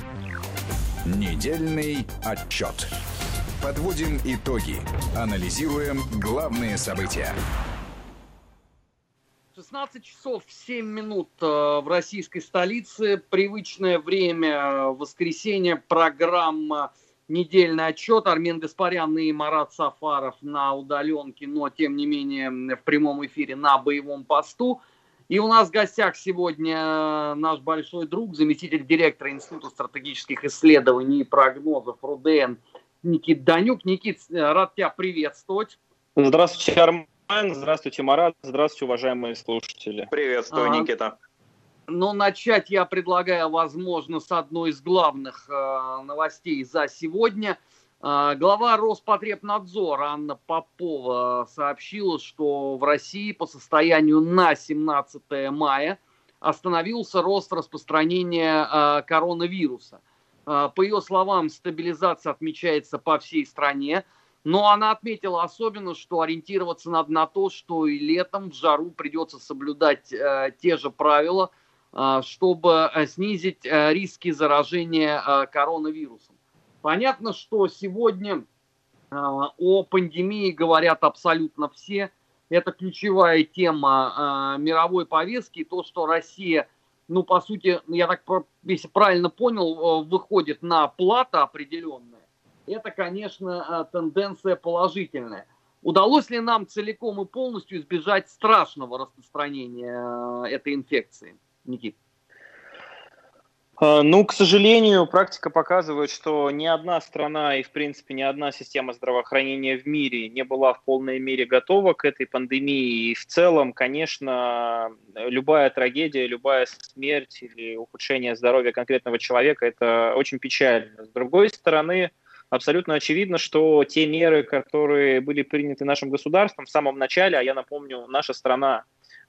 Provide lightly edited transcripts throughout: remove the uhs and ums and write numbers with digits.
Недельный отчет. Подводим итоги. Анализируем главные события. 16 часов 7 минут в российской столице. Привычное время воскресенья. Программа «Недельный отчет». Армен Гаспарян и Марат Сафаров на удаленке, но тем не менее в прямом эфире на боевом посту. И у нас в гостях сегодня наш большой друг, заместитель директора Института стратегических исследований и прогнозов РУДН Никит Данюк. Никит, рад тебя приветствовать. Здравствуйте, Армен. Здравствуйте, Марат. Здравствуйте, уважаемые слушатели. Приветствую, Никита. Но начать я предлагаю, возможно, с одной из главных новостей за сегодня. Глава Роспотребнадзора Анна Попова сообщила, что в России по состоянию на 17 мая остановился рост распространения коронавируса. По ее словам, стабилизация отмечается по всей стране, но она отметила особенно, что ориентироваться надо на то, что и летом в жару придется соблюдать те же правила, чтобы снизить риски заражения коронавирусом. Понятно, что сегодня о пандемии говорят абсолютно все. Это ключевая тема мировой повестки. То, что Россия, по сути, я так, если правильно понял, выходит на плато определенное, это, конечно, тенденция положительная. Удалось ли нам целиком и полностью избежать страшного распространения этой инфекции, Никита? К сожалению, практика показывает, что ни одна страна и, в принципе, ни одна система здравоохранения в мире не была в полной мере готова к этой пандемии. И в целом, конечно, любая трагедия, любая смерть или ухудшение здоровья конкретного человека – это очень печально. С другой стороны, абсолютно очевидно, что те меры, которые были приняты нашим государством в самом начале, а я напомню, наша страна,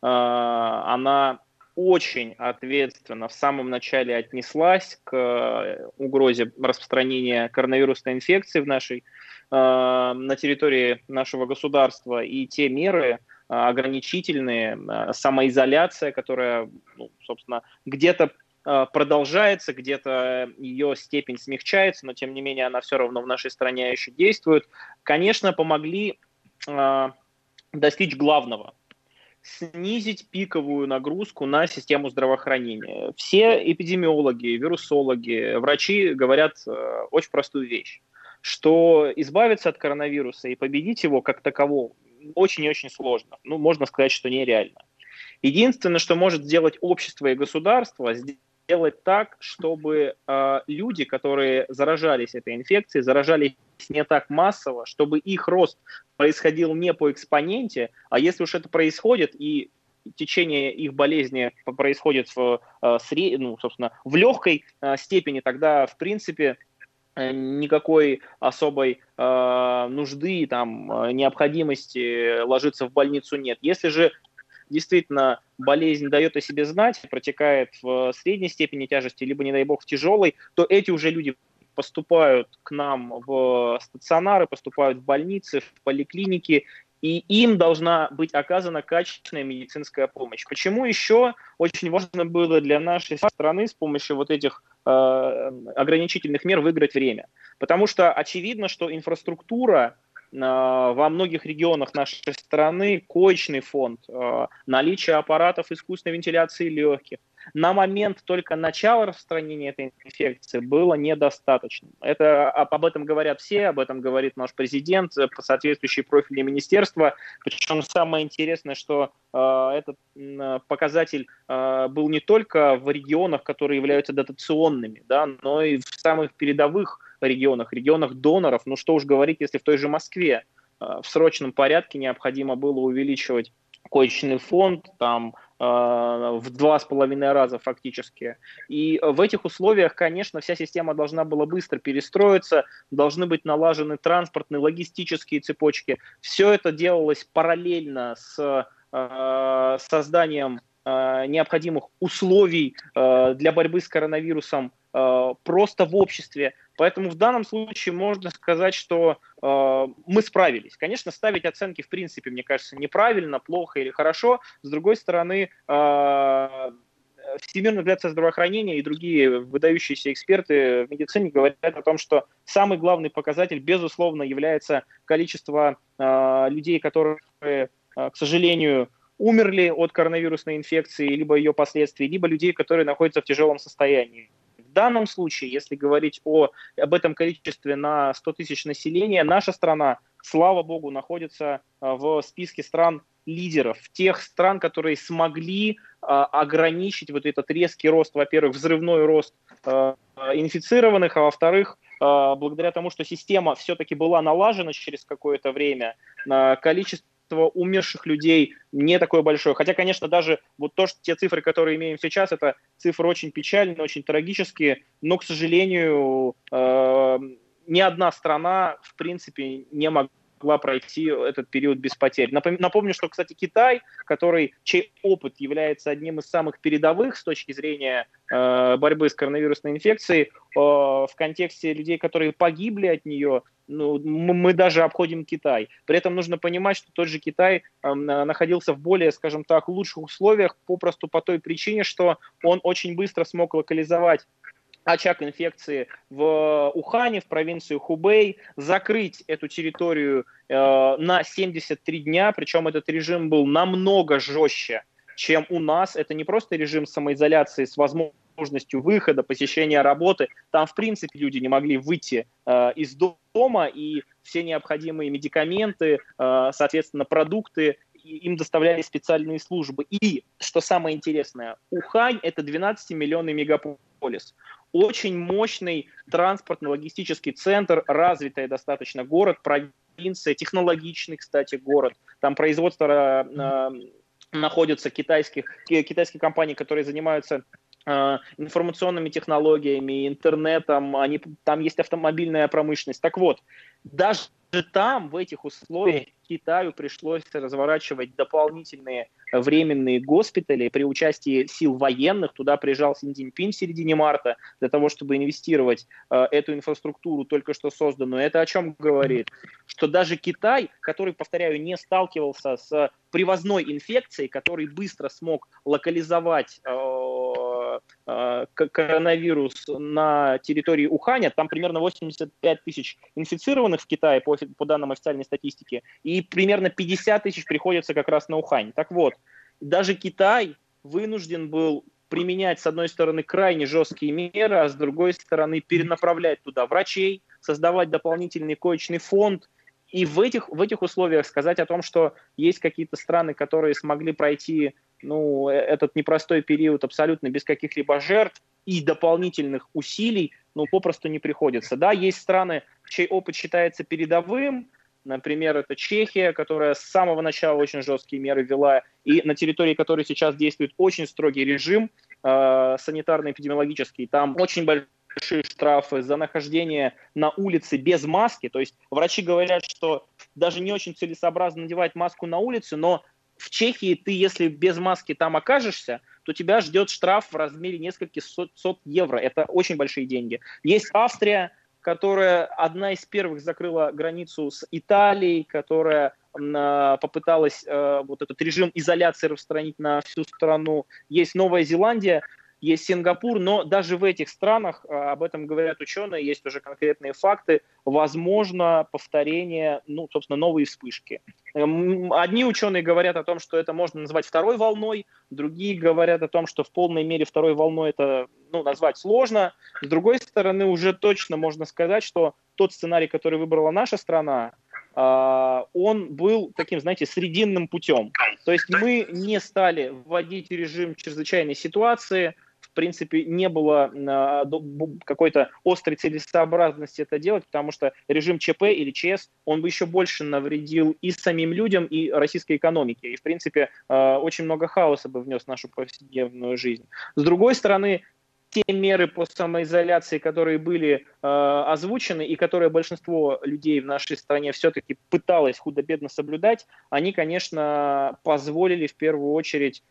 она очень ответственно в самом начале отнеслась к угрозе распространения коронавирусной инфекции на территории нашего государства. И те меры ограничительные, самоизоляция, которая, собственно, где-то продолжается, где-то ее степень смягчается, но тем не менее она все равно в нашей стране еще действует, конечно, помогли достичь главного – снизить пиковую нагрузку на систему здравоохранения. Все эпидемиологи, вирусологи, врачи говорят очень простую вещь, что избавиться от коронавируса и победить его как такового очень и очень сложно. Можно сказать, что нереально. Единственное, что может сделать общество и государство, сделать так, чтобы люди, которые заражались этой инфекцией, заражались не так массово, чтобы их рост происходил не по экспоненте, а если уж это происходит, и течение их болезни происходит в легкой степени, тогда, в принципе, никакой особой нужды, необходимости ложиться в больницу нет. Если же действительно болезнь дает о себе знать, протекает в средней степени тяжести, либо, не дай бог, в тяжелой, то эти уже люди поступают к нам в стационары, поступают в больницы, в поликлиники, и им должна быть оказана качественная медицинская помощь. Почему еще очень важно было для нашей страны с помощью вот этих ограничительных мер выиграть время? Потому что очевидно, что инфраструктура во многих регионах нашей страны, коечный фонд, наличие аппаратов искусственной вентиляции легких, на момент только начала распространения этой инфекции было недостаточным. Об этом говорят все, об этом говорит наш президент, соответствующие профильные министерства. Причем самое интересное, что этот показатель был не только в регионах, которые являются дотационными, но и в самых передовых регионах доноров. Что уж говорить, если в той же Москве в срочном порядке необходимо было увеличивать коечный фонд в 2,5 раза фактически. И в этих условиях, конечно, вся система должна была быстро перестроиться, должны быть налажены транспортные, логистические цепочки. Все это делалось параллельно с созданием необходимых условий для борьбы с коронавирусом просто в обществе. Поэтому в данном случае можно сказать, что мы справились. Конечно, ставить оценки в принципе, мне кажется, неправильно, плохо или хорошо. С другой стороны, Всемирная организация здравоохранения и другие выдающиеся эксперты в медицине говорят о том, что самый главный показатель, безусловно, является количество людей, которые, к сожалению, умерли от коронавирусной инфекции, либо ее последствий, либо людей, которые находятся в тяжелом состоянии. В данном случае, если говорить об этом количестве на 100 тысяч населения, наша страна, слава богу, находится в списке стран-лидеров, тех стран, которые смогли ограничить вот этот резкий рост, во-первых, взрывной рост инфицированных, а во-вторых, благодаря тому, что система все-таки была налажена через какое-то время, количество умерших людей не такое большое. Хотя, конечно, даже вот те цифры, которые имеем сейчас, это цифры очень печальные, очень трагические, но, к сожалению, ни одна страна, в принципе, не могла пройти этот период без потерь. Напомню, что, кстати, Китай, чей опыт является одним из самых передовых с точки зрения борьбы с коронавирусной инфекцией, в контексте людей, которые погибли от нее, мы даже обходим Китай. При этом нужно понимать, что тот же Китай находился в более, скажем так, лучших условиях попросту по той причине, что он очень быстро смог локализовать очаг инфекции в Ухане, в провинции Хубэй, закрыть эту территорию на 73 дня, причем этот режим был намного жестче, чем у нас. Это не просто режим самоизоляции с возможностью выхода, посещения работы. Там, в принципе, люди не могли выйти из дома, и все необходимые медикаменты, соответственно, продукты, им доставляли специальные службы. И, что самое интересное, Ухань – это 12-миллионный мегаполис. Очень мощный транспортно-логистический центр, развитый достаточно город, провинция, технологичный, кстати, город. Там производство находятся китайские компании, которые занимаются информационными технологиями, интернетом, там есть автомобильная промышленность. Так вот, даже там, в этих условиях, Китаю пришлось разворачивать дополнительные временные госпитали при участии сил военных. Туда приезжал Си Цзиньпин в середине марта для того, чтобы инвестировать эту инфраструктуру, только что созданную. Это о чем говорит? Что даже Китай, который, повторяю, не сталкивался с привозной инфекцией, который быстро смог локализовать коронавирус на территории Уханя, там примерно 85 тысяч инфицированных в Китае по данным официальной статистики, и примерно 50 тысяч приходится как раз на Ухань. Так вот, даже Китай вынужден был применять, с одной стороны, крайне жесткие меры, а с другой стороны, перенаправлять туда врачей, создавать дополнительный коечный фонд. И в этих условиях сказать о том, что есть какие-то страны, которые смогли пройти этот непростой период абсолютно без каких-либо жертв и дополнительных усилий, попросту не приходится. Да, есть страны, чей опыт считается передовым, например, это Чехия, которая с самого начала очень жесткие меры ввела, и на территории которой сейчас действует очень строгий режим санитарно-эпидемиологический. Там очень большие штрафы за нахождение на улице без маски. То есть врачи говорят, что даже не очень целесообразно надевать маску на улице, но в Чехии ты, если без маски там окажешься, то тебя ждет штраф в размере нескольких сот евро. Это очень большие деньги. Есть Австрия, которая одна из первых закрыла границу с Италией, которая попыталась вот этот режим изоляции распространить на всю страну. Есть Новая Зеландия, есть Сингапур, но даже в этих странах, об этом говорят ученые, есть уже конкретные факты, возможно повторение, собственно, новые вспышки. Одни ученые говорят о том, что это можно назвать второй волной, другие говорят о том, что в полной мере второй волной это назвать сложно. С другой стороны, уже точно можно сказать, что тот сценарий, который выбрала наша страна, он был таким, срединным путем. То есть мы не стали вводить режим чрезвычайной ситуации, в принципе, не было какой-то острой целесообразности это делать, потому что режим ЧП или ЧС, он бы еще больше навредил и самим людям, и российской экономике. И, в принципе, очень много хаоса бы внес в нашу повседневную жизнь. С другой стороны, те меры по самоизоляции, которые были озвучены и которые большинство людей в нашей стране все-таки пыталось худо-бедно соблюдать, они, конечно, позволили в первую очередь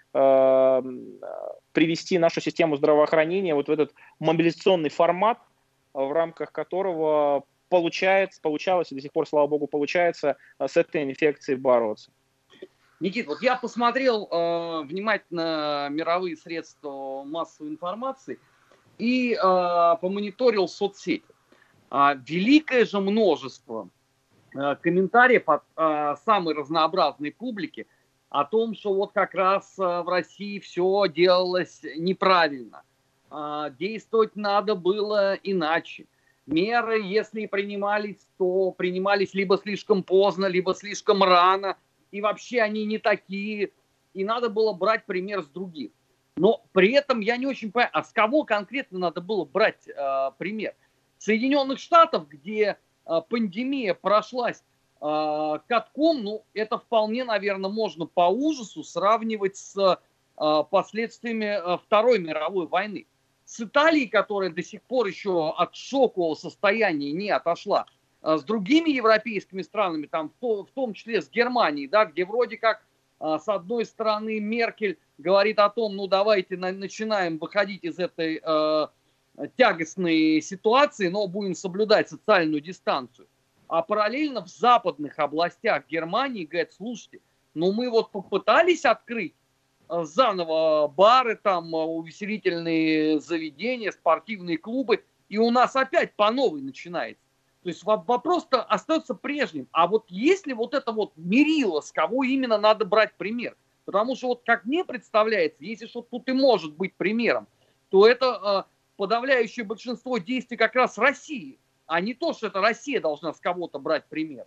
привести нашу систему здравоохранения вот в этот мобилизационный формат, в рамках которого получалось и до сих пор, слава богу, получается с этой инфекцией бороться. Никит, вот я посмотрел внимательно мировые средства массовой информации и помониторил соцсети. Великое же множество комментариев от самой разнообразной публики о том, что вот как раз в России все делалось неправильно. Действовать надо было иначе. Меры, если и принимались, то принимались либо слишком поздно, либо слишком рано. И вообще они не такие. И надо было брать пример с других. Но при этом я не очень понимаю, а с кого конкретно надо было брать пример? Соединенных Штатов, где пандемия прошлась катком, ну, это вполне, наверное, можно по ужасу сравнивать с последствиями Второй мировой войны. С Италией, которая до сих пор еще от шокового состояния не отошла, с другими европейскими странами, там, в том числе с Германией, да, где вроде как с одной стороны Меркель говорит о том, ну давайте начинаем выходить из этой тягостной ситуации, но будем соблюдать социальную дистанцию. А параллельно в западных областях Германии говорят, слушайте, ну мы вот попытались открыть заново бары, там, увеселительные заведения, спортивные клубы, и у нас опять по новой начинается. То есть вопрос-то остается прежним. А вот есть ли вот это вот мерило, с кого именно надо брать пример? Потому что вот как мне представляется, если что тут и может быть примером, то это подавляющее большинство действий как раз России, а не то, что это Россия должна с кого-то брать пример.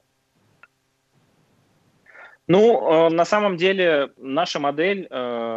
Ну, на самом деле, наша модель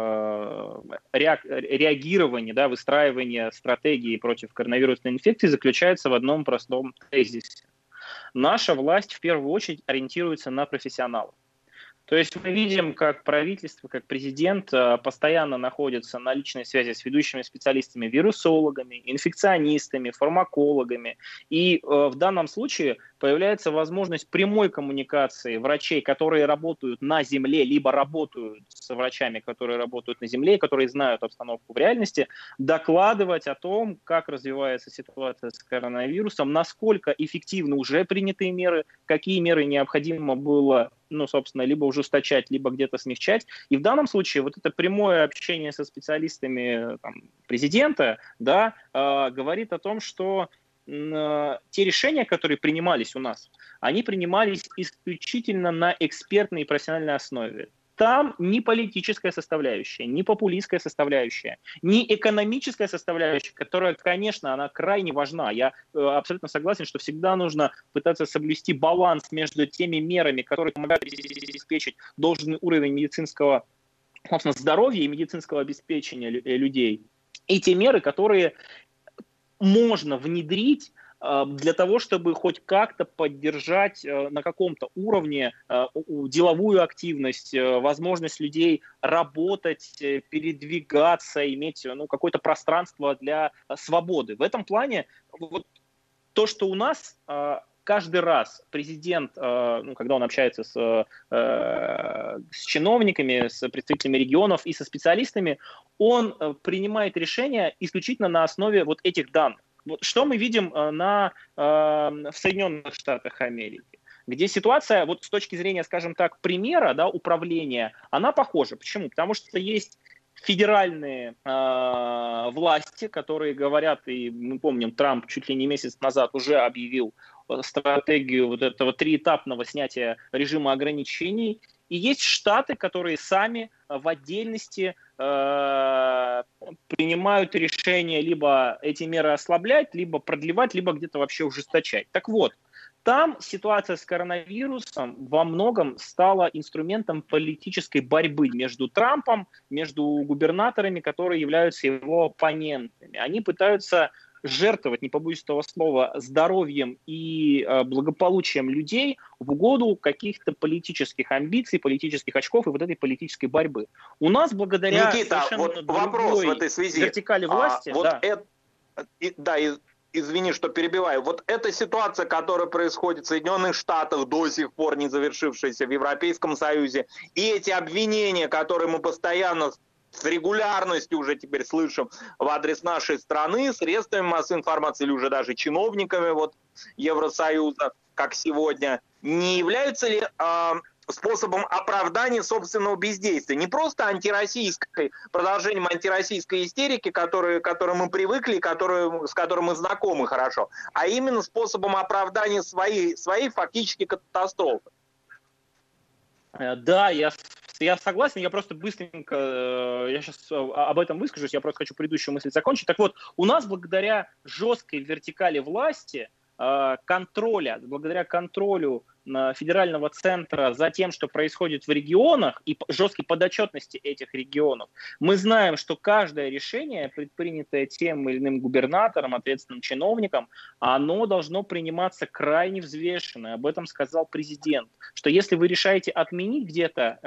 реагирования, да, выстраивания стратегии против коронавирусной инфекции заключается в одном простом тезисе. Наша власть в первую очередь ориентируется на профессионалов. То есть мы видим, как правительство, как президент постоянно находится на личной связи с ведущими специалистами, вирусологами, инфекционистами, фармакологами. И в данном случае появляется возможность прямой коммуникации врачей, которые работают на земле, либо работают с врачами, которые работают на земле, которые знают обстановку в реальности, докладывать о том, как развивается ситуация с коронавирусом, насколько эффективны уже принятые меры, какие меры необходимо было, ну, собственно, либо ужесточать, либо где-то смягчать. И в данном случае вот это прямое общение со специалистами там, президента, да, говорит о том, что те решения, которые принимались у нас, они принимались исключительно на экспертной и профессиональной основе. Там ни политическая составляющая, ни популистская составляющая, ни экономическая составляющая, которая, конечно, она крайне важна. Я абсолютно согласен, что всегда нужно пытаться соблюсти баланс между теми мерами, которые помогают обеспечить должный уровень медицинского, собственно, здоровья и медицинского обеспечения людей, и те меры, которые можно внедрить для того, чтобы хоть как-то поддержать на каком-то уровне деловую активность, возможность людей работать, передвигаться, иметь какое-то пространство для свободы. В этом плане вот то, что у нас каждый раз президент, когда он общается с чиновниками, с представителями регионов и со специалистами, он принимает решения исключительно на основе вот этих данных. Вот что мы видим в Соединенных Штатах Америки, где ситуация вот с точки зрения, скажем так, примера, да, управления, она похожа. Почему? Потому что есть федеральные власти, которые говорят, и мы помним, Трамп чуть ли не месяц назад уже объявил стратегию вот этого триэтапного снятия режима ограничений. И есть штаты, которые сами в отдельности принимают решение либо эти меры ослаблять, либо продлевать, либо где-то вообще ужесточать. Так вот, там ситуация с коронавирусом во многом стала инструментом политической борьбы между Трампом, между губернаторами, которые являются его оппонентами. Они пытаются жертвовать, не побоюсь этого слова, здоровьем и благополучием людей в угоду каких-то политических амбиций, политических очков и вот этой политической борьбы. У нас благодаря вот вопрос в этой связи. Вертикали власти... Извини, что перебиваю. Вот эта ситуация, которая происходит в Соединенных Штатах, до сих пор не завершившаяся в Европейском Союзе, и эти обвинения, которые мы постоянно с регулярностью уже теперь слышим в адрес нашей страны, средствами массовой информации или уже даже чиновниками вот Евросоюза, как сегодня, не являются ли способом оправдания собственного бездействия. Не просто продолжением антироссийской истерики, к которой мы привыкли, с которой мы знакомы хорошо, а именно способом оправдания своей фактически катастрофы. Да, я согласен, я просто быстренько, я сейчас об этом выскажусь, я просто хочу предыдущую мысль закончить. Так вот, у нас благодаря жесткой вертикали власти, благодаря контролю федерального центра за тем, что происходит в регионах и жесткой подотчетности этих регионов, мы знаем, что каждое решение, предпринятое тем или иным губернатором, ответственным чиновником, оно должно приниматься крайне взвешенно. Об этом сказал президент, что если вы решаете отменить где-то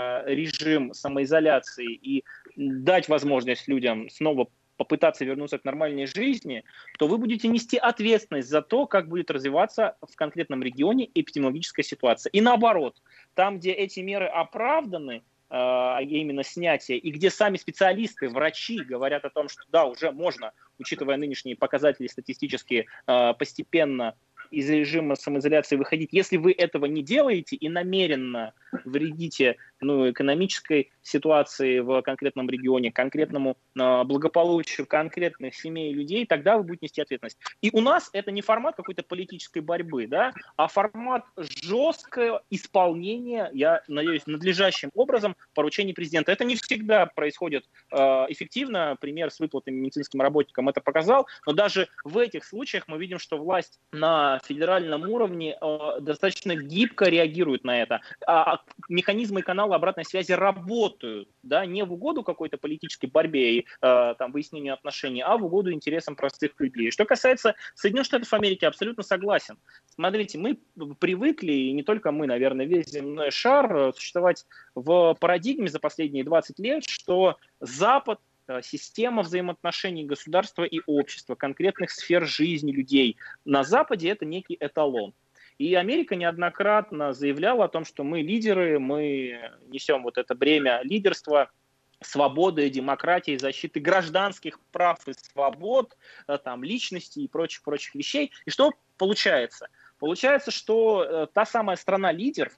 режим самоизоляции и дать возможность людям снова попытаться вернуться к нормальной жизни, то вы будете нести ответственность за то, как будет развиваться в конкретном регионе эпидемиологическая ситуация. И наоборот, там, где эти меры оправданы, именно снятие, и где сами специалисты, врачи говорят о том, что да, уже можно, учитывая нынешние показатели статистические, постепенно из режима самоизоляции выходить. Если вы этого не делаете и намеренно вредите экономической ситуации в конкретном регионе, конкретному благополучию конкретных семей и людей, тогда вы будете нести ответственность. И у нас это не формат какой-то политической борьбы, да, а формат жесткого исполнения, я надеюсь, надлежащим образом поручений президента. Это не всегда происходит эффективно. Пример с выплатами медицинским работникам это показал. Но даже в этих случаях мы видим, что власть на федеральном уровне достаточно гибко реагирует на это. Механизмы и каналы обратной связи работают, да, не в угоду какой-то политической борьбе и выяснению отношений, а в угоду интересам простых людей. Что касается Соединенных Штатов Америки, абсолютно согласен. Смотрите, мы привыкли, и не только мы, наверное, весь земной шар, существовать в парадигме за последние 20 лет, что Запад, система взаимоотношений государства и общества, конкретных сфер жизни людей на Западе – это некий эталон. И Америка неоднократно заявляла о том, что мы лидеры, мы несем вот это бремя лидерства, свободы, демократии, защиты гражданских прав и свобод, личности и прочих вещей. И что получается? Получается, что та самая страна-лидер,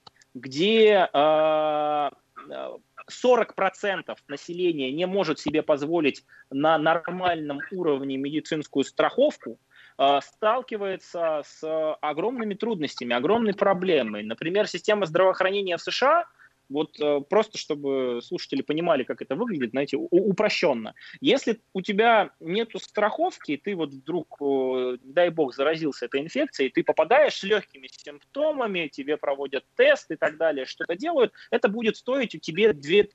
где 40% населения не может себе позволить на нормальном уровне медицинскую страховку, сталкивается с огромными трудностями, огромной проблемой. Например, система здравоохранения в США, вот просто чтобы слушатели понимали, как это выглядит, знаете, упрощенно. Если у тебя нету страховки, ты вот вдруг, дай бог, заразился этой инфекцией, ты попадаешь с легкими симптомами, тебе проводят тест и так далее, что-то делают, это будет стоить тебе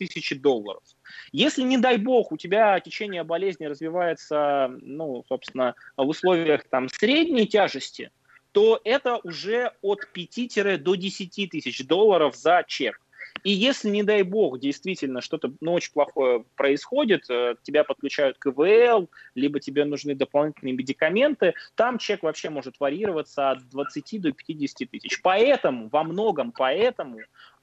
$2000. Если, не дай бог, у тебя течение болезни развивается, собственно, в условиях средней тяжести, то это уже от 5 до 10 тысяч долларов за чек. И если, не дай бог, действительно что-то очень плохое происходит, тебя подключают к ИВЛ, либо тебе нужны дополнительные медикаменты, там чек вообще может варьироваться от 20 до 50 тысяч. Поэтому, во многом поэтому,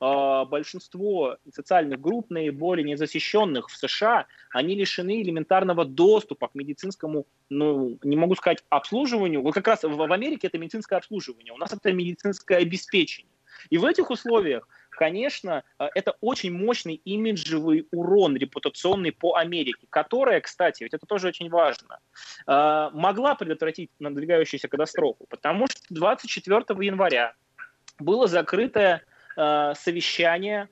большинство социальных групп, наиболее незащищенных в США, они лишены элементарного доступа к медицинскому, не могу сказать обслуживанию. Вот как раз в Америке это медицинское обслуживание, у нас это медицинское обеспечение. И в этих условиях, конечно, это очень мощный имиджевый урон репутационный по Америке, которая, кстати, ведь это тоже очень важно, могла предотвратить надвигающуюся катастрофу, потому что 24 января было закрытое совещание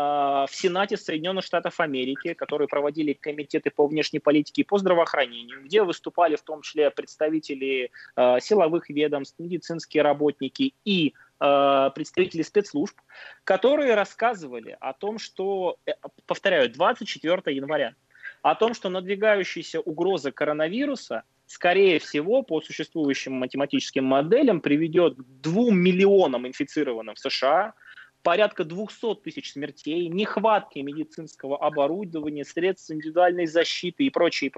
в Сенате Соединенных Штатов Америки, которые проводили комитеты по внешней политике и по здравоохранению, где выступали в том числе представители силовых ведомств, медицинские работники и представители спецслужб, которые рассказывали о том, что, повторяю, 24 января, о том, что надвигающаяся угроза коронавируса, скорее всего, по существующим математическим моделям, приведет к 2 миллионам инфицированных в США, порядка 200 тысяч смертей, нехватки медицинского оборудования, средств индивидуальной защиты и прочее.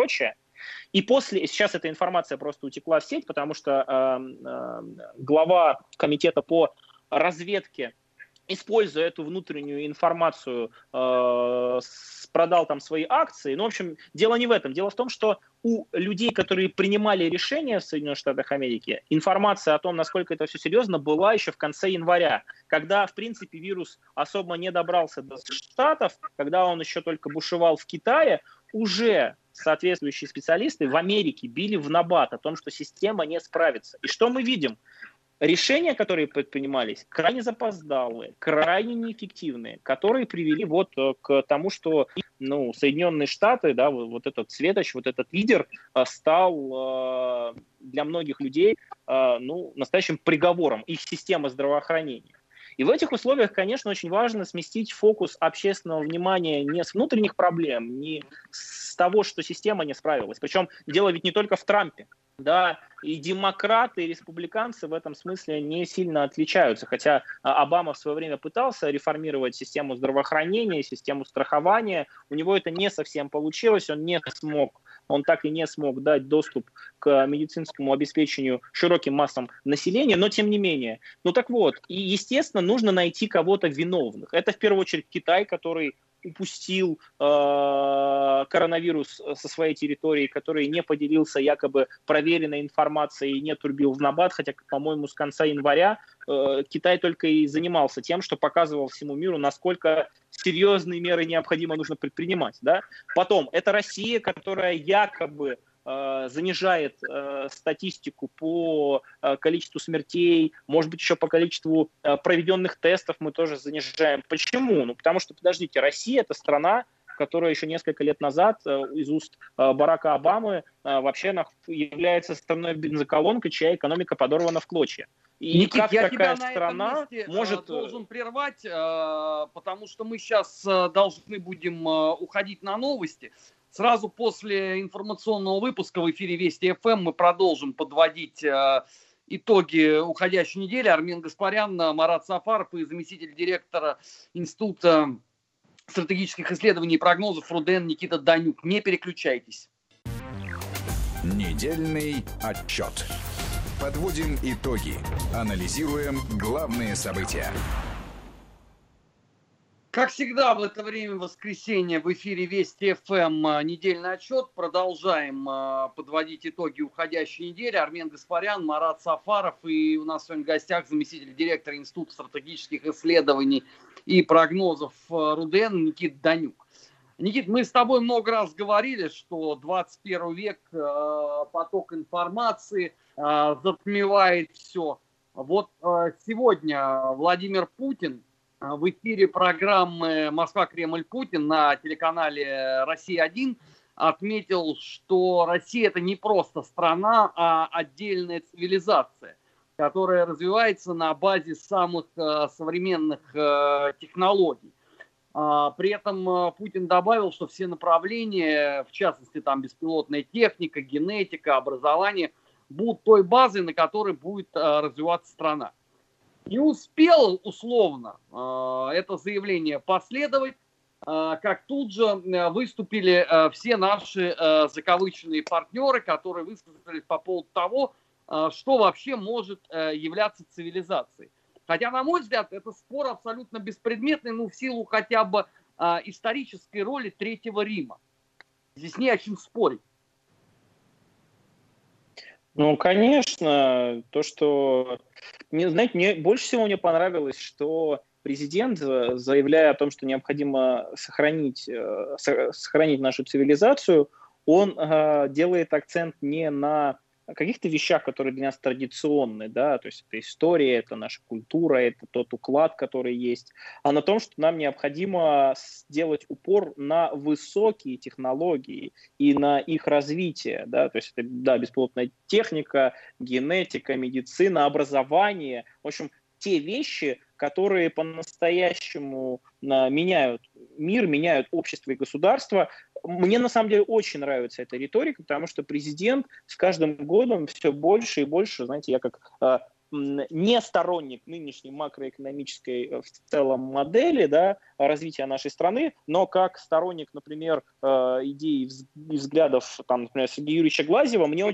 И сейчас эта информация просто утекла в сеть, потому что глава комитета по разведке, используя эту внутреннюю информацию с продал там свои акции. Ну, в общем, дело не в этом. Дело в том, что у людей, которые принимали решения в Соединенных Штатах Америки, информация о том, насколько это все серьезно, была еще в конце января, когда, в принципе, вирус особо не добрался до Штатов, когда он еще только бушевал в Китае, уже соответствующие специалисты в Америке били в набат о том, что система не справится. И что мы видим? Решения, которые предпринимались, крайне запоздалые, крайне неэффективные, которые привели вот к тому, что Соединенные Штаты, да, вот этот светоч, вот этот лидер стал для многих людей настоящим приговором их системы здравоохранения. И в этих условиях, конечно, очень важно сместить фокус общественного внимания не с внутренних проблем, не с того, что система не справилась. Причем дело ведь не только в Трампе. Да, и демократы, и республиканцы в этом смысле не сильно отличаются. Хотя Обама в свое время пытался реформировать систему здравоохранения, систему страхования. У него это не совсем получилось, он так и не смог дать доступ к медицинскому обеспечению широким массам населения, но тем не менее. И естественно, нужно найти кого-то виновных. Это в первую очередь Китай, который упустил коронавирус со своей территории, который не поделился якобы проверенной информацией и не турбил в набат, хотя, по-моему, с конца января Китай только и занимался тем, что показывал всему миру, насколько серьезные меры необходимо нужно предпринимать. Да? Потом, это Россия, которая якобы занижает статистику по количеству смертей, может быть, еще по количеству проведенных тестов мы тоже занижаем. Почему? Потому что, подождите, Россия – это страна, которая еще несколько лет назад из уст Барака Обамы вообще является страной бензоколонкой, чья экономика подорвана в клочья. И Никит, как я такая тебя страна на этом месте может... должен прервать, потому что мы сейчас должны будем уходить на новости. Сразу после информационного выпуска в эфире Вести ФМ мы продолжим подводить итоги уходящей недели. Армен Гаспарян, Марат Сафаров и заместитель директора Института стратегических исследований и прогнозов РУДН Никита Данюк. Не переключайтесь. Недельный отчет. Подводим итоги. Анализируем главные события. Как всегда, в это время воскресенья в эфире Вести ФМ недельный отчет. Продолжаем подводить итоги уходящей недели. Армен Гаспарян, Марат Сафаров и у нас сегодня в гостях заместитель директора Института стратегических исследований и прогнозов РУДН Никита Данюк. Никит, мы с тобой много раз говорили, что 21 век, поток информации затмевает все. Вот сегодня Владимир Путин в эфире программы «Москва-Кремль-Путин» на телеканале «Россия-1» отметил, что Россия – это не просто страна, а отдельная цивилизация, которая развивается на базе самых современных технологий. При этом Путин добавил, что все направления, в частности, там беспилотная техника, генетика, образование, будут той базой, на которой будет развиваться страна. Не успел, условно, это заявление последовать, как тут же выступили все наши закавыченные партнеры, которые высказались по поводу того, что вообще может являться цивилизацией. Хотя, на мой взгляд, это спор абсолютно беспредметный, в силу хотя бы исторической роли Третьего Рима. Здесь не о чем спорить. Конечно, то, что... мне больше всего мне понравилось, что президент, заявляя о том, что необходимо сохранить нашу цивилизацию, он делает акцент не на каких-то вещах, которые для нас традиционны, да, то есть это история, это наша культура, это тот уклад, который есть, а на том, что нам необходимо сделать упор на высокие технологии и на их развитие, да, то есть это, да, беспилотная техника, генетика, медицина, образование, в общем, те вещи, которые по-настоящему меняют мир, меняют общество и государство. Мне на самом деле очень нравится эта риторика, потому что президент с каждым годом все больше и больше, знаете, я как не сторонник нынешней макроэкономической в целом модели, да, развития нашей страны, но как сторонник, например, идей и взглядов, там, например, Сергея Юрьевича Глазьева, мне очень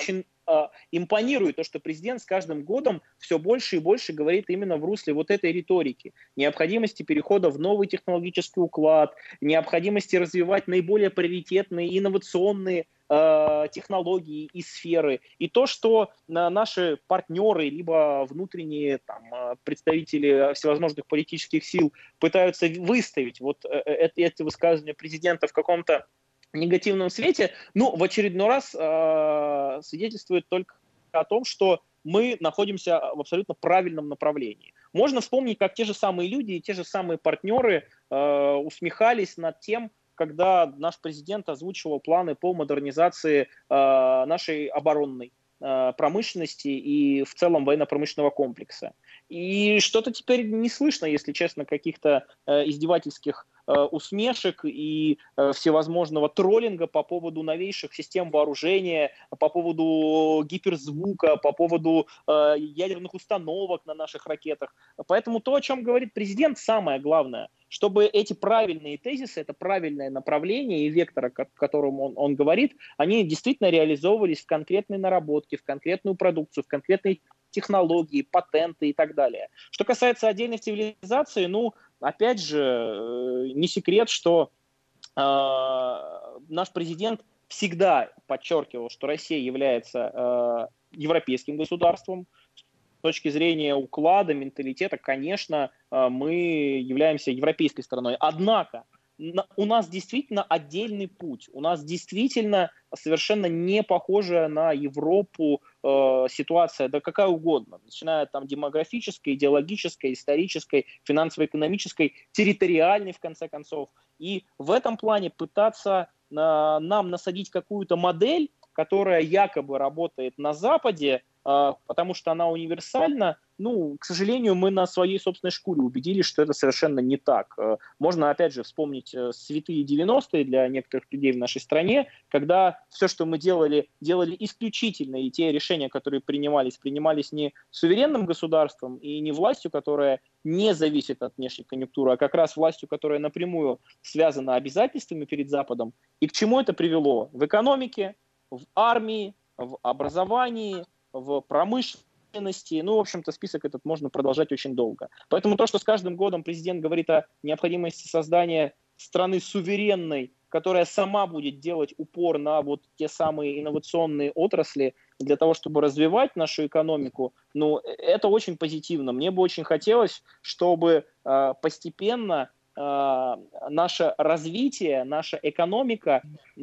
импонирует то, что президент с каждым годом все больше и больше говорит именно в русле вот этой риторики. Необходимости перехода в новый технологический уклад, необходимости развивать наиболее приоритетные, инновационные технологии и сферы. И то, что наши партнеры, либо внутренние представители всевозможных политических сил пытаются выставить вот эти высказывания президента в каком-то негативном свете, в очередной раз свидетельствует только о том, что мы находимся в абсолютно правильном направлении. Можно вспомнить, как те же самые люди и те же самые партнеры усмехались над тем, когда наш президент озвучивал планы по модернизации нашей оборонной промышленности и в целом военно-промышленного комплекса. И что-то теперь не слышно, если честно, каких-то издевательских усмешек и всевозможного троллинга по поводу новейших систем вооружения, по поводу гиперзвука, по поводу ядерных установок на наших ракетах. Поэтому то, о чем говорит президент, самое главное, чтобы эти правильные тезисы, это правильное направление и вектор, о котором он говорит, они действительно реализовывались в конкретные наработки, в конкретную продукцию, в конкретные технологии, патенты и так далее. Что касается отдельных цивилизаций, опять же, не секрет, что наш президент всегда подчеркивал, что Россия является европейским государством. С точки зрения уклада, менталитета, конечно, мы являемся европейской страной. Однако у нас действительно отдельный путь. У нас действительно совершенно не похожая на Европу ситуация, да какая угодно, начиная от демографической, идеологической, исторической, финансово-экономической, территориальной, в конце концов. И в этом плане пытаться нам насадить какую-то модель, которая якобы работает на Западе, потому что она универсальна, к сожалению, мы на своей собственной шкуре убедились, что это совершенно не так. Можно, опять же, вспомнить святые 90-е для некоторых людей в нашей стране, когда все, что мы делали исключительно, и те решения, которые принимались не суверенным государством и не властью, которая не зависит от внешней конъюнктуры, а как раз властью, которая напрямую связана обязательствами перед Западом. И к чему это привело? В экономике, в армии, в образовании, в промышленности. В общем-то, список этот можно продолжать очень долго. Поэтому то, что с каждым годом президент говорит о необходимости создания страны суверенной, которая сама будет делать упор на вот те самые инновационные отрасли для того, чтобы развивать нашу экономику, это очень позитивно. Мне бы очень хотелось, чтобы постепенно наше развитие, наша экономика,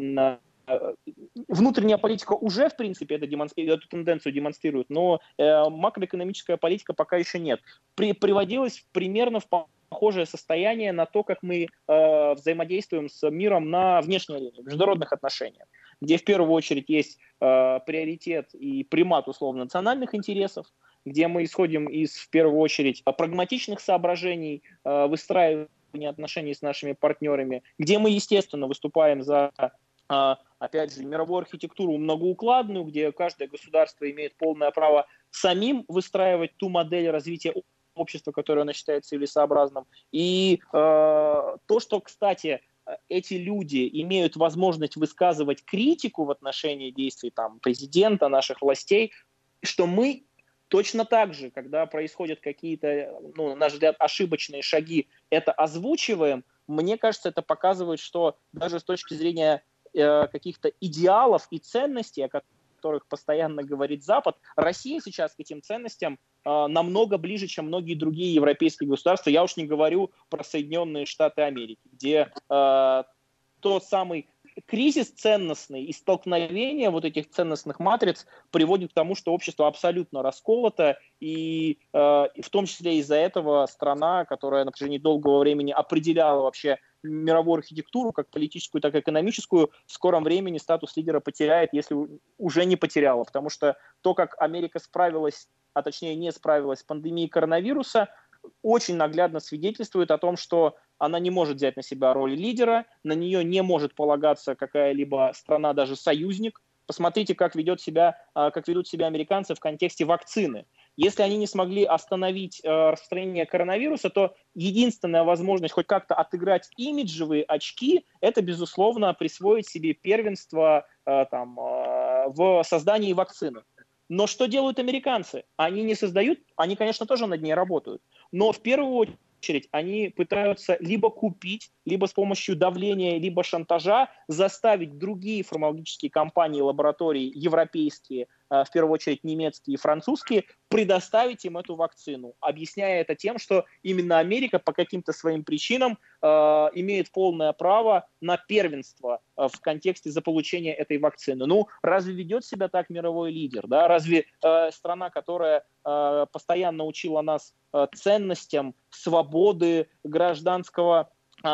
внутренняя политика уже, в принципе, эту тенденцию демонстрирует, но макроэкономическая политика пока еще нет. Приводилось примерно в похожее состояние на то, как мы взаимодействуем с миром на внешней арене, в международных отношениях, где в первую очередь есть приоритет и примат условно национальных интересов, где мы исходим из, в первую очередь, прагматичных соображений, выстраивания отношений с нашими партнерами, где мы, естественно, выступаем за опять же, мировую архитектуру многоукладную, где каждое государство имеет полное право самим выстраивать ту модель развития общества, которое оно считает целесообразным. И то, что, кстати, эти люди имеют возможность высказывать критику в отношении действий президента, наших властей, что мы точно так же, когда происходят какие-то, на наш взгляд, ошибочные шаги, это озвучиваем. Мне кажется, это показывает, что даже с точки зрения каких-то идеалов и ценностей, о которых постоянно говорит Запад, Россия сейчас к этим ценностям намного ближе, чем многие другие европейские государства. Я уж не говорю про Соединенные Штаты Америки, где тот самый кризис ценностный и столкновение вот этих ценностных матриц приводит к тому, что общество абсолютно расколото, и в том числе из-за этого страна, которая на протяжении долгого времени определяла вообще мировую архитектуру, как политическую, так и экономическую, в скором времени статус лидера потеряет, если уже не потеряла. Потому что то, как Америка справилась, а точнее не справилась с пандемией коронавируса, очень наглядно свидетельствует о том, что она не может взять на себя роль лидера, на нее не может полагаться какая-либо страна, даже союзник. Посмотрите, как ведут себя американцы в контексте вакцины. Если они не смогли остановить распространение коронавируса, то единственная возможность хоть как-то отыграть имиджевые очки – это, безусловно, присвоить себе первенство в создании вакцины. Но что делают американцы? Они не создают, они, конечно, тоже над ней работают, но в первую очередь они пытаются либо купить, либо с помощью давления, либо шантажа заставить другие фармакологические компании, лаборатории, европейские, в первую очередь немецкие и французские, предоставить им эту вакцину, объясняя это тем, что именно Америка по каким-то своим причинам имеет полное право на первенство в контексте заполучения этой вакцины. Ну, разве ведет себя так мировой лидер? Да? Разве страна, которая постоянно учила нас ценностям свободы, гражданских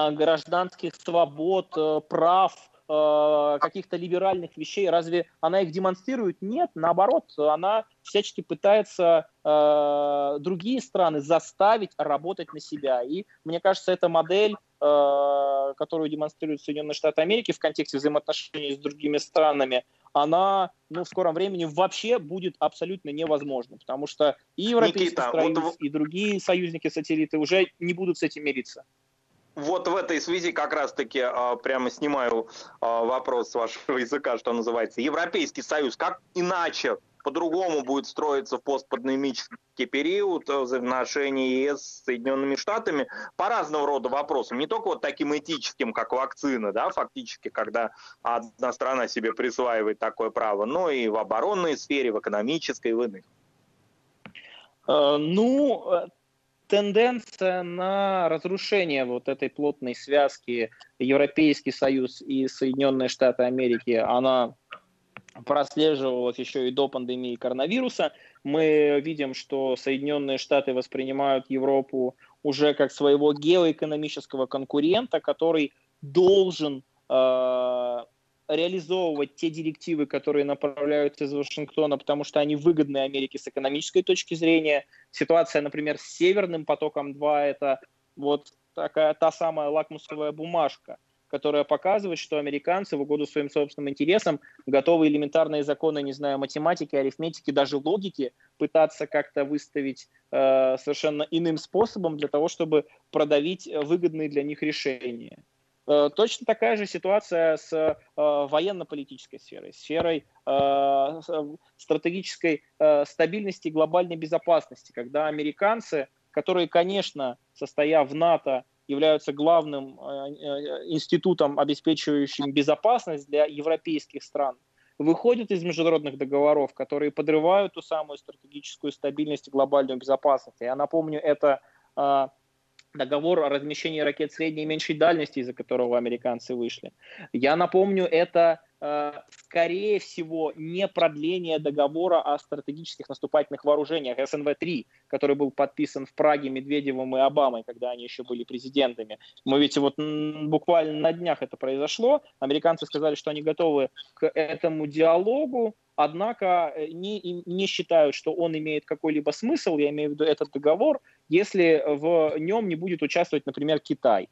свобод, прав, каких-то либеральных вещей, разве она их демонстрирует? Нет, наоборот, она всячески пытается другие страны заставить работать на себя. И мне кажется, эта модель, которую демонстрируют Соединенные Штаты Америки в контексте взаимоотношений с другими странами, она в скором времени вообще будет абсолютно невозможна, потому что и Европейский Союз, и другие союзники-сателлиты уже не будут с этим мириться. Вот в этой связи как раз-таки прямо снимаю вопрос с вашего языка, что называется. Европейский Союз, как иначе, по-другому будет строиться в постпандемический период взаимоотношений ЕС с Соединенными Штатами по разного рода вопросам. Не только вот таким этическим, как вакцина, да, фактически, когда одна страна себе присваивает такое право, но и в оборонной сфере, в экономической, в иных. Тенденция на разрушение вот этой плотной связки Европейский Союз и Соединенные Штаты Америки, она прослеживалась еще и до пандемии коронавируса. Мы видим, что Соединенные Штаты воспринимают Европу уже как своего геоэкономического конкурента, который должен реализовывать те директивы, которые направляются из Вашингтона, потому что они выгодны Америке с экономической точки зрения. Ситуация, например, с Северным потоком-2 – это вот такая та самая лакмусовая бумажка, которая показывает, что американцы в угоду своим собственным интересам готовы элементарные законы, не знаю, математики, арифметики, даже логики пытаться как-то выставить совершенно иным способом для того, чтобы продавить выгодные для них решения. Точно такая же ситуация с военно-политической сферой, сферой стратегической стабильности и глобальной безопасности, когда американцы, которые, конечно, состоя в НАТО, являются главным институтом, обеспечивающим безопасность для европейских стран, выходят из международных договоров, которые подрывают ту самую стратегическую стабильность и глобальную безопасность. Я напомню, это договор о размещении ракет средней и меньшей дальности, из-за которого американцы вышли. Я напомню, это, скорее всего, не продление договора о стратегических наступательных вооружениях СНВ-3, который был подписан в Праге Медведевым и Обамой, когда они еще были президентами. Мы ведь вот буквально на днях это произошло. Американцы сказали, что они готовы к этому диалогу, однако не считают, что он имеет какой-либо смысл, я имею в виду этот договор, если в нем не будет участвовать, например, Китай.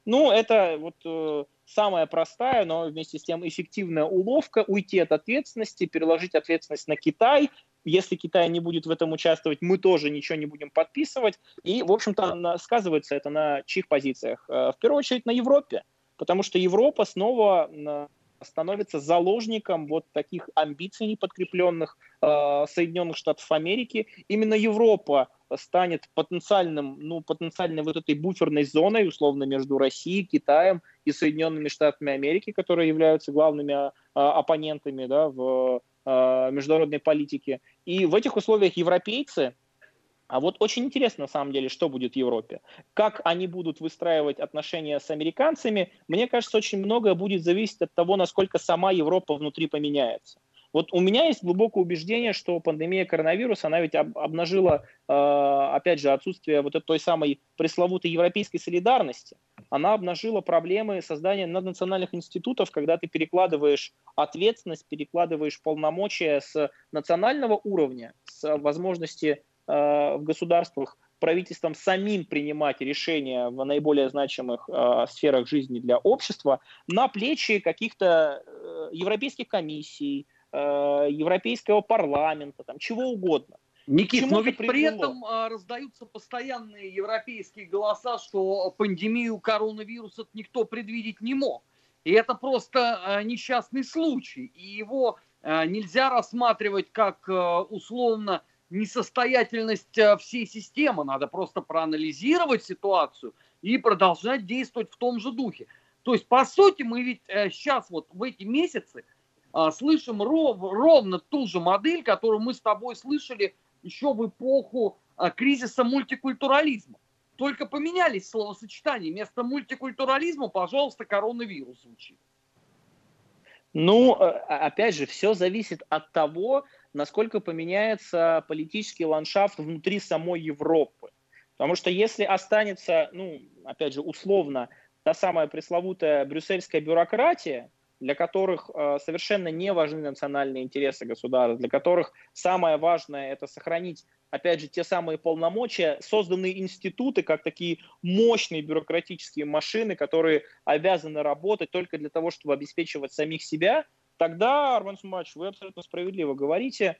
Это вот самая простая, но вместе с тем эффективная уловка уйти от ответственности, переложить ответственность на Китай. Если Китай не будет в этом участвовать, мы тоже ничего не будем подписывать. И, в общем-то, сказывается это на чьих позициях? В первую очередь на Европе, потому что Европа снова становится заложником вот таких амбиций неподкрепленных Соединенных Штатов Америки. Именно Европа станет потенциальной вот этой буферной зоной, условно, между Россией, Китаем и Соединенными Штатами Америки, которые являются главными оппонентами, да, в международной политике. И в этих условиях европейцы, а вот очень интересно, на самом деле, что будет в Европе. Как они будут выстраивать отношения с американцами, мне кажется, очень многое будет зависеть от того, насколько сама Европа внутри поменяется. Вот у меня есть глубокое убеждение, что пандемия коронавируса, она ведь обнажила, опять же, отсутствие вот той самой пресловутой европейской солидарности. Она обнажила проблемы создания наднациональных институтов, когда ты перекладываешь ответственность, перекладываешь полномочия с национального уровня, с возможности в государствах правительствам самим принимать решения в наиболее значимых сферах жизни для общества на плечи каких-то европейских комиссий, Европейского парламента, там, чего угодно. Никит, но ведь при этом раздаются постоянные европейские голоса, что пандемию коронавируса никто предвидеть не мог. И это просто несчастный случай. И его нельзя рассматривать как условно несостоятельность всей системы. Надо просто проанализировать ситуацию и продолжать действовать в том же духе. То есть, по сути, мы ведь сейчас вот в эти месяцы слышим ровно ту же модель, которую мы с тобой слышали еще в эпоху кризиса мультикультурализма. Только поменялись словосочетания. Вместо мультикультурализма, пожалуйста, коронавирус звучит. Ну, опять же, все зависит от того, насколько поменяется политический ландшафт внутри самой Европы. Потому что если останется, ну, опять же, условно, та самая пресловутая брюссельская бюрократия, для которых совершенно не важны национальные интересы государств, для которых самое важное – это сохранить, опять же, те самые полномочия, созданные институты, как такие мощные бюрократические машины, которые обязаны работать только для того, чтобы обеспечивать самих себя, тогда, Армен Смач, вы абсолютно справедливо говорите,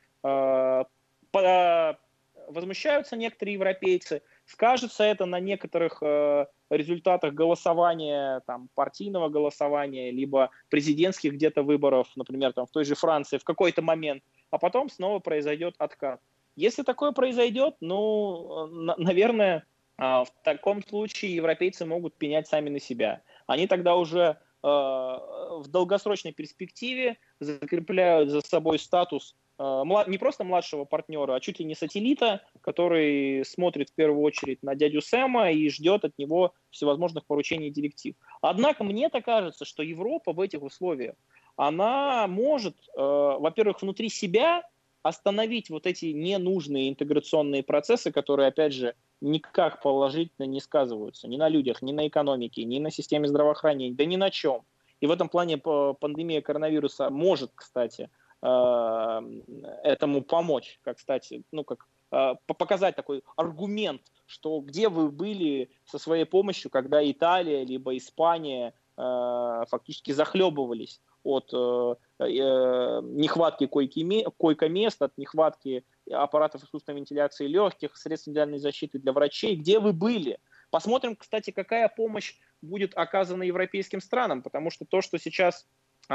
возмущаются некоторые европейцы, скажется это на некоторых результатах голосования, там, партийного голосования, либо президентских где-то выборов, например, там, в той же Франции в какой-то момент, а потом снова произойдет откат. Если такое произойдет, ну, наверное, в таком случае европейцы могут пенять сами на себя. Они тогда уже в долгосрочной перспективе закрепляют за собой статус не просто младшего партнера, а чуть ли не сателлита, который смотрит в первую очередь на дядю Сэма и ждет от него всевозможных поручений и директив. Однако мне-то кажется, что Европа в этих условиях, она может, во-первых, внутри себя остановить вот эти ненужные интеграционные процессы, которые, опять же, никак положительно не сказываются ни на людях, ни на экономике, ни на системе здравоохранения, да ни на чем. И в этом плане пандемия коронавируса может, кстати, этому помочь, как, кстати, ну, как показать такой аргумент, что где вы были со своей помощью, когда Италия либо Испания фактически захлебывались от нехватки койко-мест, от нехватки аппаратов искусственной вентиляции легких, средств индивидуальной защиты для врачей. Где вы были? Посмотрим, кстати, какая помощь будет оказана европейским странам, потому что то, что сейчас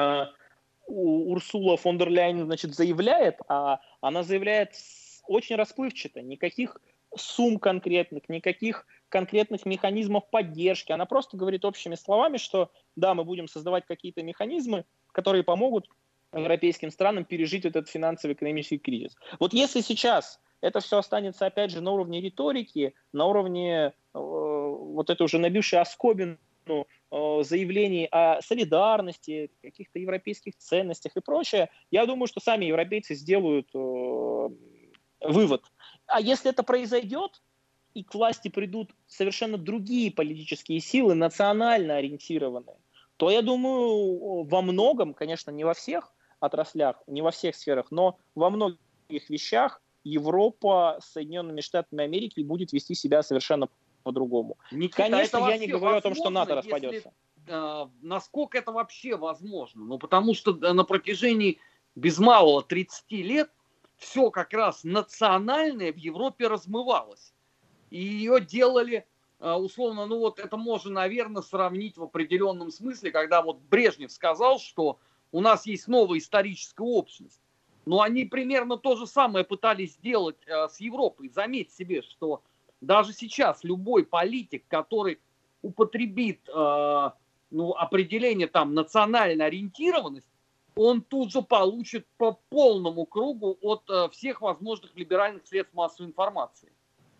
Урсула фон дер Ляйен, значит, заявляет, она заявляет очень расплывчато, никаких сумм конкретных, никаких конкретных механизмов поддержки. Она просто говорит общими словами, что да, мы будем создавать какие-то механизмы, которые помогут европейским странам пережить этот финансово-экономический кризис. Вот если сейчас это все останется, опять же, на уровне риторики, на уровне вот этой уже набившей оскомину заявлений о солидарности, каких-то европейских ценностях и прочее, я думаю, что сами европейцы сделают вывод. А если это произойдет, и к власти придут совершенно другие политические силы, национально ориентированные, то, я думаю, во многом, конечно, не во всех отраслях, не во всех сферах, но во многих вещах Европа с Соединенными Штатами Америки будет вести себя совершенно по-другому. Никита, конечно, я не говорю о том, что НАТО если, распадется. Насколько это вообще возможно? Ну, потому что на протяжении без малого 30 лет все как раз национальное в Европе размывалось. И ее делали, условно, ну вот это можно, наверное, сравнить в определенном смысле, когда вот Брежнев сказал, что у нас есть новая историческая общность. Но они примерно то же самое пытались сделать с Европой. Заметь себе, что даже сейчас любой политик, который употребит определение там национальной ориентированности, он тут же получит по полному кругу от всех возможных либеральных средств массовой информации.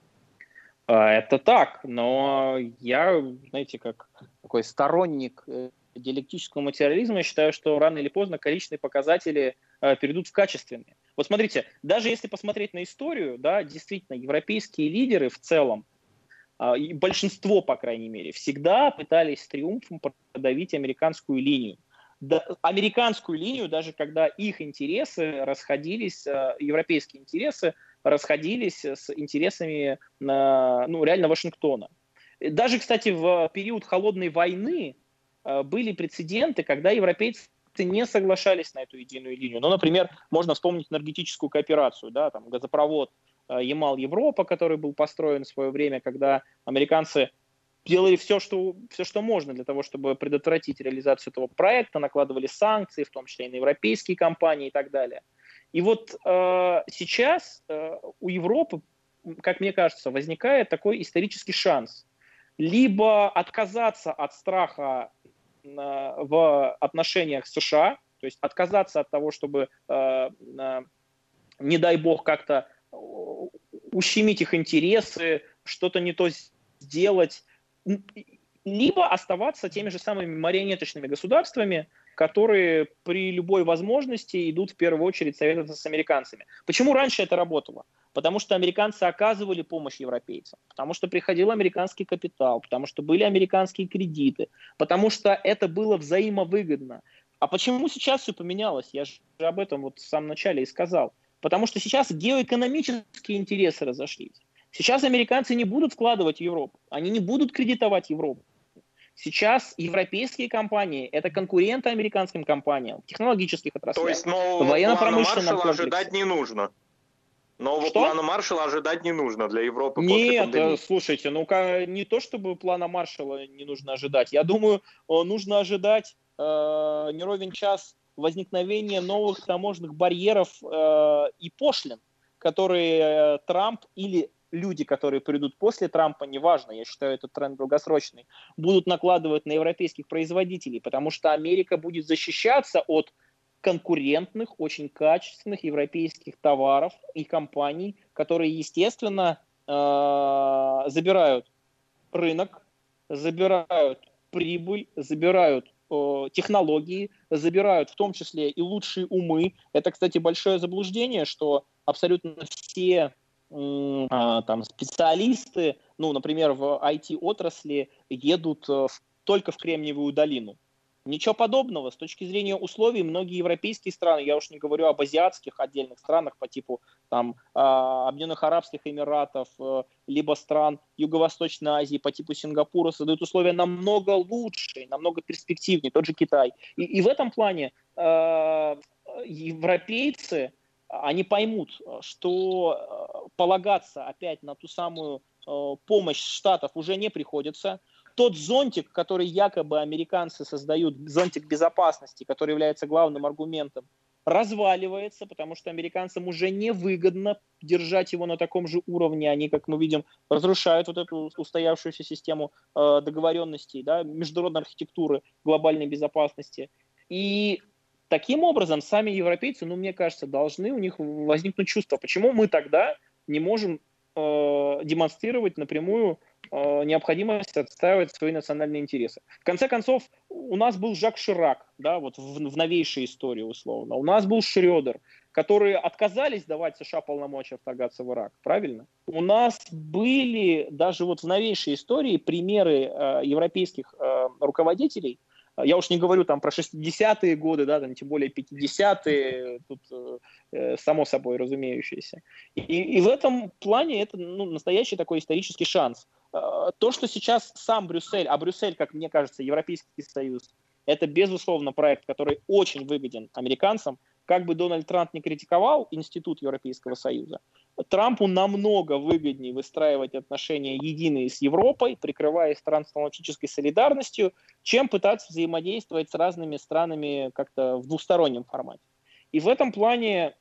Это так, но я, знаете, как такой сторонник диалектического материализма, считаю, что рано или поздно количественные показатели перейдут в качественные. Вот смотрите, даже если посмотреть на историю, да, действительно, европейские лидеры в целом, и большинство, по крайней мере, всегда пытались с триумфом продавить американскую линию. Американскую линию, даже когда их интересы расходились, европейские интересы расходились с интересами реально Вашингтона. Даже, кстати, в период холодной войны были прецеденты, когда европейцы не соглашались на эту единую линию. Ну, например, можно вспомнить энергетическую кооперацию, да, там газопровод Ямал-Европа, который был построен в свое время, когда американцы делали все, что можно для того, чтобы предотвратить реализацию этого проекта, накладывали санкции, в том числе и на европейские компании и так далее. И вот сейчас у Европы, как мне кажется, возникает такой исторический шанс. Либо отказаться от страха в отношениях с США, то есть отказаться от того, чтобы, не дай бог, как-то ущемить их интересы, что-то не то сделать, либо оставаться теми же самыми марионеточными государствами, которые при любой возможности идут в первую очередь советоваться с американцами. Почему раньше это работало? Потому что американцы оказывали помощь европейцам, потому что приходил американский капитал, потому что были американские кредиты, потому что это было взаимовыгодно. А почему сейчас все поменялось? Я же об этом вот в самом начале и сказал. Потому что сейчас геоэкономические интересы разошлись. Сейчас американцы не будут вкладывать в Европу, они не будут кредитовать Европу. Сейчас европейские компании – это конкуренты американским компаниям в технологических отраслях. То есть нового плана Маршалла ожидать не нужно? Нового плана Маршалла ожидать не нужно для Европы после пандемии? Нет, слушайте, не то чтобы плана Маршалла не нужно ожидать. Я думаю, нужно ожидать не ровен час возникновения новых таможенных барьеров и пошлин, которые Трамп или люди, которые придут после Трампа, неважно, я считаю, этот тренд долгосрочный, будут накладывать на европейских производителей, потому что Америка будет защищаться от конкурентных, очень качественных европейских товаров и компаний, которые, естественно, забирают рынок, забирают прибыль, забирают технологии, забирают в том числе и лучшие умы. Это, кстати, большое заблуждение, что абсолютно все специалисты, например, в IT-отрасли едут только в Кремниевую долину. Ничего подобного. С точки зрения условий, многие европейские страны, я уж не говорю об азиатских отдельных странах по типу Объединенных Арабских Эмиратов, либо стран Юго-Восточной Азии по типу Сингапура, создают условия намного лучше, намного перспективнее, тот же Китай. И в этом плане европейцы, они поймут, что полагаться опять на ту самую помощь Штатов уже не приходится. Тот зонтик, который якобы американцы создают, зонтик безопасности, который является главным аргументом, разваливается, потому что американцам уже невыгодно держать его на таком же уровне. Они, как мы видим, разрушают вот эту устоявшуюся систему договоренностей, международной архитектуры глобальной безопасности. И таким образом сами европейцы, мне кажется, должны у них возникнуть чувство, почему мы тогда не можем демонстрировать напрямую необходимость отстаивать свои национальные интересы. В конце концов, у нас был Жак Ширак, в новейшей истории условно. У нас был Шрёдер, которые отказались давать США полномочия вторгаться в Ирак, правильно? У нас были даже в новейшей истории примеры европейских руководителей. Я уж не говорю про 60-е годы, тем более 50-е, тут само собой разумеющееся. И в этом плане это настоящий такой исторический шанс. То, что сейчас сам Брюссель, а Брюссель, как мне кажется, Европейский Союз, это, безусловно, проект, который очень выгоден американцам. Как бы Дональд Трамп не критиковал Институт Европейского Союза, Трампу намного выгоднее выстраивать отношения единые с Европой, прикрываясь трансатлантической солидарностью, чем пытаться взаимодействовать с разными странами как-то в двустороннем формате. И в этом плане,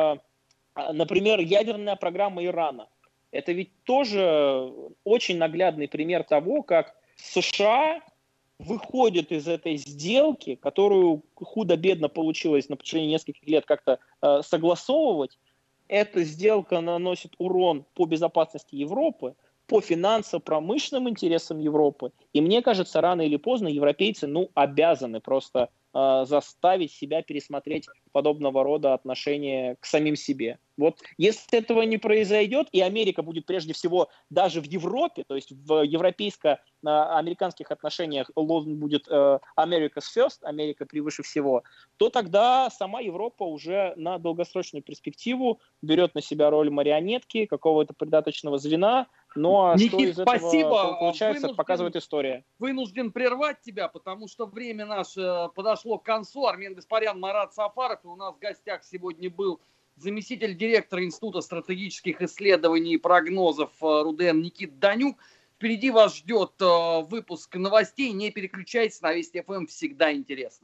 например, ядерная программа Ирана. Это ведь тоже очень наглядный пример того, как США выходит из этой сделки, которую худо-бедно получилось на протяжении нескольких лет как-то согласовывать. Эта сделка наносит урон по безопасности Европы, по финансово-промышленным интересам Европы. И мне кажется, рано или поздно европейцы обязаны просто заставить себя пересмотреть подобного рода отношения к самим себе. Если этого не произойдет, и Америка будет прежде всего даже в Европе, то есть в европейско-американских отношениях лозунг будет America's first, Америка превыше всего, то тогда сама Европа уже на долгосрочную перспективу берет на себя роль марионетки, какого-то придаточного звена. Никит, что из этого получается, показывает история. Вынужден прервать тебя, потому что время наше подошло к концу. Армен Гаспарян, Марат Сафаров. И у нас в гостях сегодня был заместитель директора Института стратегических исследований и прогнозов РУДН Никит Данюк. Впереди вас ждет выпуск новостей. Не переключайтесь, на Вести ФМ всегда интересно.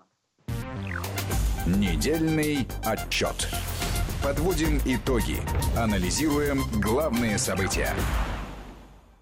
Недельный отчет. Подводим итоги. Анализируем главные события.